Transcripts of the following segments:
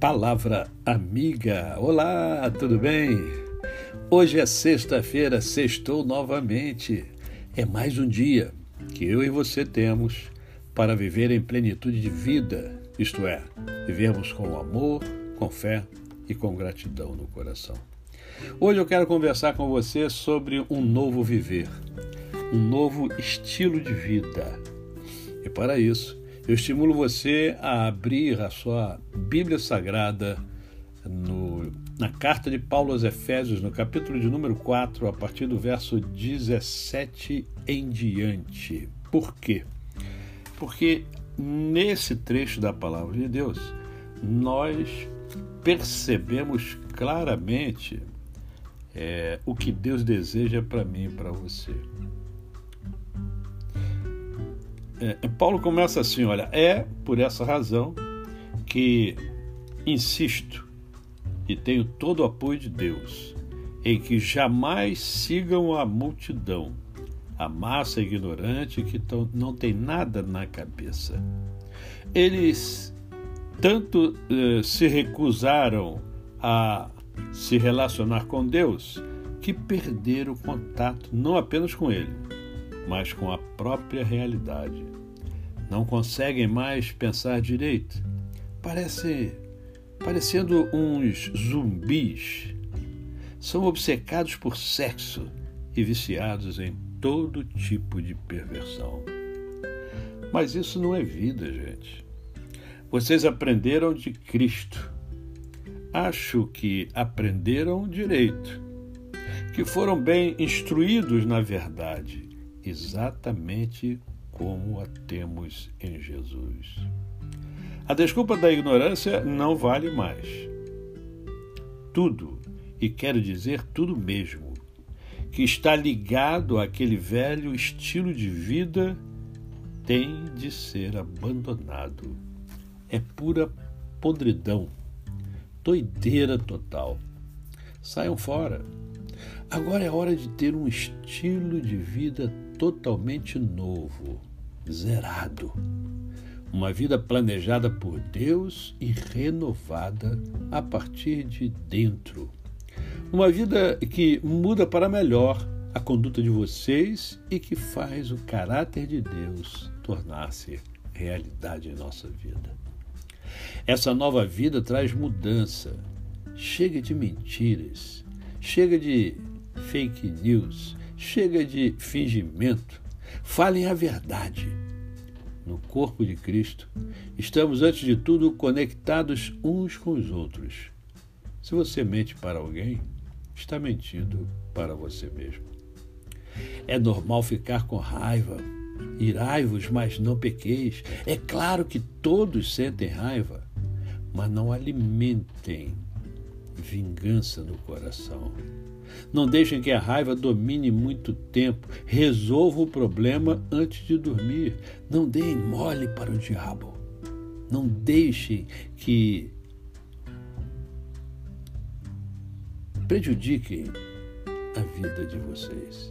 Palavra amiga. Olá, tudo bem? Hoje é sexta-feira, sextou novamente. É mais um dia que eu e você temos para viver em plenitude de vida, isto é, vivermos com amor, com fé e com gratidão no coração. Hoje eu quero conversar com você sobre um novo viver, um novo estilo de vida. E para isso, eu estimulo você a abrir a sua Bíblia Sagrada na carta de Paulo aos Efésios, no capítulo de número 4, a partir do verso 17 em diante. Por quê? Porque nesse trecho da Palavra de Deus, nós percebemos claramente o que Deus deseja para mim e para você. Paulo começa assim, olha, é por essa razão que insisto e tenho todo o apoio de Deus em que jamais sigam a multidão, a massa ignorante que não tem nada na cabeça. Eles tanto se recusaram a se relacionar com Deus que perderam o contato não apenas com Ele, mas com a própria realidade. Não conseguem mais pensar direito. Parecendo uns zumbis. São obcecados por sexo e viciados em todo tipo de perversão. Mas isso não é vida, gente. Vocês aprenderam de Cristo. Acho que aprenderam direito, que foram bem instruídos na verdade, exatamente como a temos em Jesus. A desculpa da ignorância não vale mais. Tudo, e quero dizer tudo mesmo, que está ligado àquele velho estilo de vida tem de ser abandonado. É pura podridão, doideira total. Saiam fora. Agora é hora de ter um estilo de vida totalmente novo, zerado. Uma vida planejada por Deus e renovada a partir de dentro. Uma vida que muda para melhor a conduta de vocês e que faz o caráter de Deus tornar-se realidade em nossa vida. Essa nova vida traz mudança. Chega de mentiras. Chega de fake news, chega de fingimento. Falem a verdade. No corpo de Cristo, estamos, antes de tudo, conectados uns com os outros. Se você mente para alguém, está mentindo para você mesmo. É normal ficar com raiva. Irai-vos, mas não pequeis. É claro que todos sentem raiva, mas não alimentem vingança no coração. Não deixem que a raiva domine muito tempo. Resolvam o problema antes de dormir. Não deem mole para o diabo. Não deixem que prejudiquem a vida de vocês.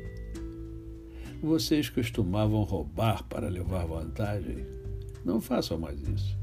Vocês costumavam roubar para levar vantagem? Não façam mais isso.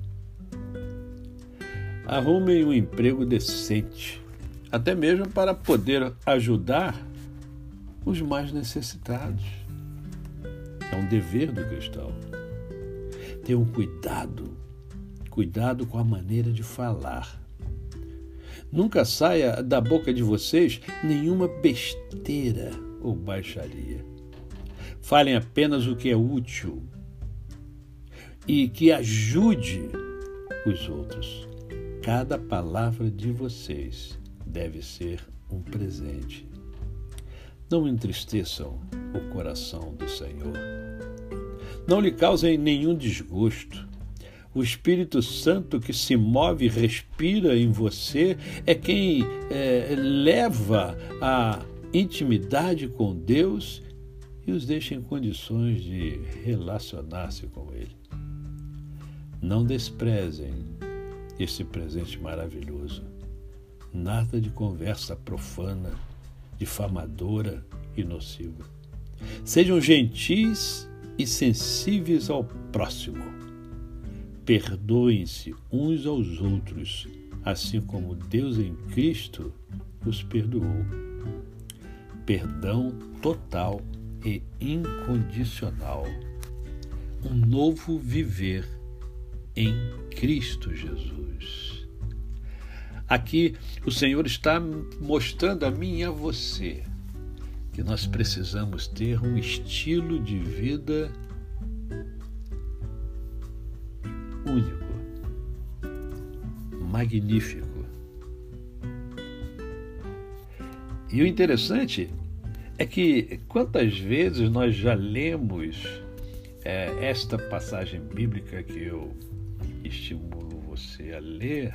Arrumem um emprego decente, até mesmo para poder ajudar os mais necessitados. É um dever do cristão. Tenham cuidado com a maneira de falar. Nunca saia da boca de vocês nenhuma besteira ou baixaria. Falem apenas o que é útil e que ajude os outros. Cada palavra de vocês deve ser um presente. Não entristeçam o coração do Senhor. Não lhe causem nenhum desgosto. O Espírito Santo que se move e respira em você é quem leva a intimidade com Deus e os deixa em condições de relacionar-se com Ele. Não desprezem esse presente maravilhoso. Nada de conversa profana, difamadora e nociva. Sejam gentis e sensíveis ao próximo. Perdoem-se uns aos outros, assim como Deus em Cristo os perdoou. Perdão total e incondicional. Um novo viver em Cristo Jesus. Aqui o Senhor está mostrando a mim e a você que nós precisamos ter um estilo de vida único, magnífico. E o interessante é que quantas vezes nós já lemos esta passagem bíblica que eu estimulo você a ler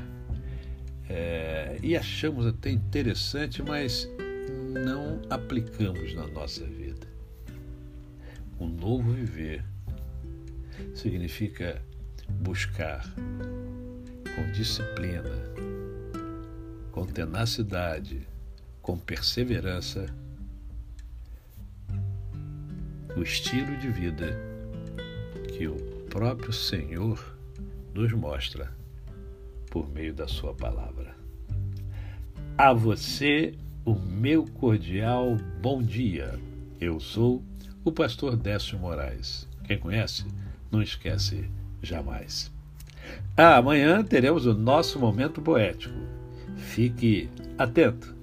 e achamos até interessante, mas não aplicamos na nossa vida. Um novo viver significa buscar com disciplina, com tenacidade, com perseverança, o estilo de vida que o próprio Senhor nos mostra por meio da sua palavra. A você, o meu cordial bom dia. Eu sou o pastor Décio Moraes. Quem conhece, não esquece jamais. Amanhã teremos o nosso momento poético. Fique atento.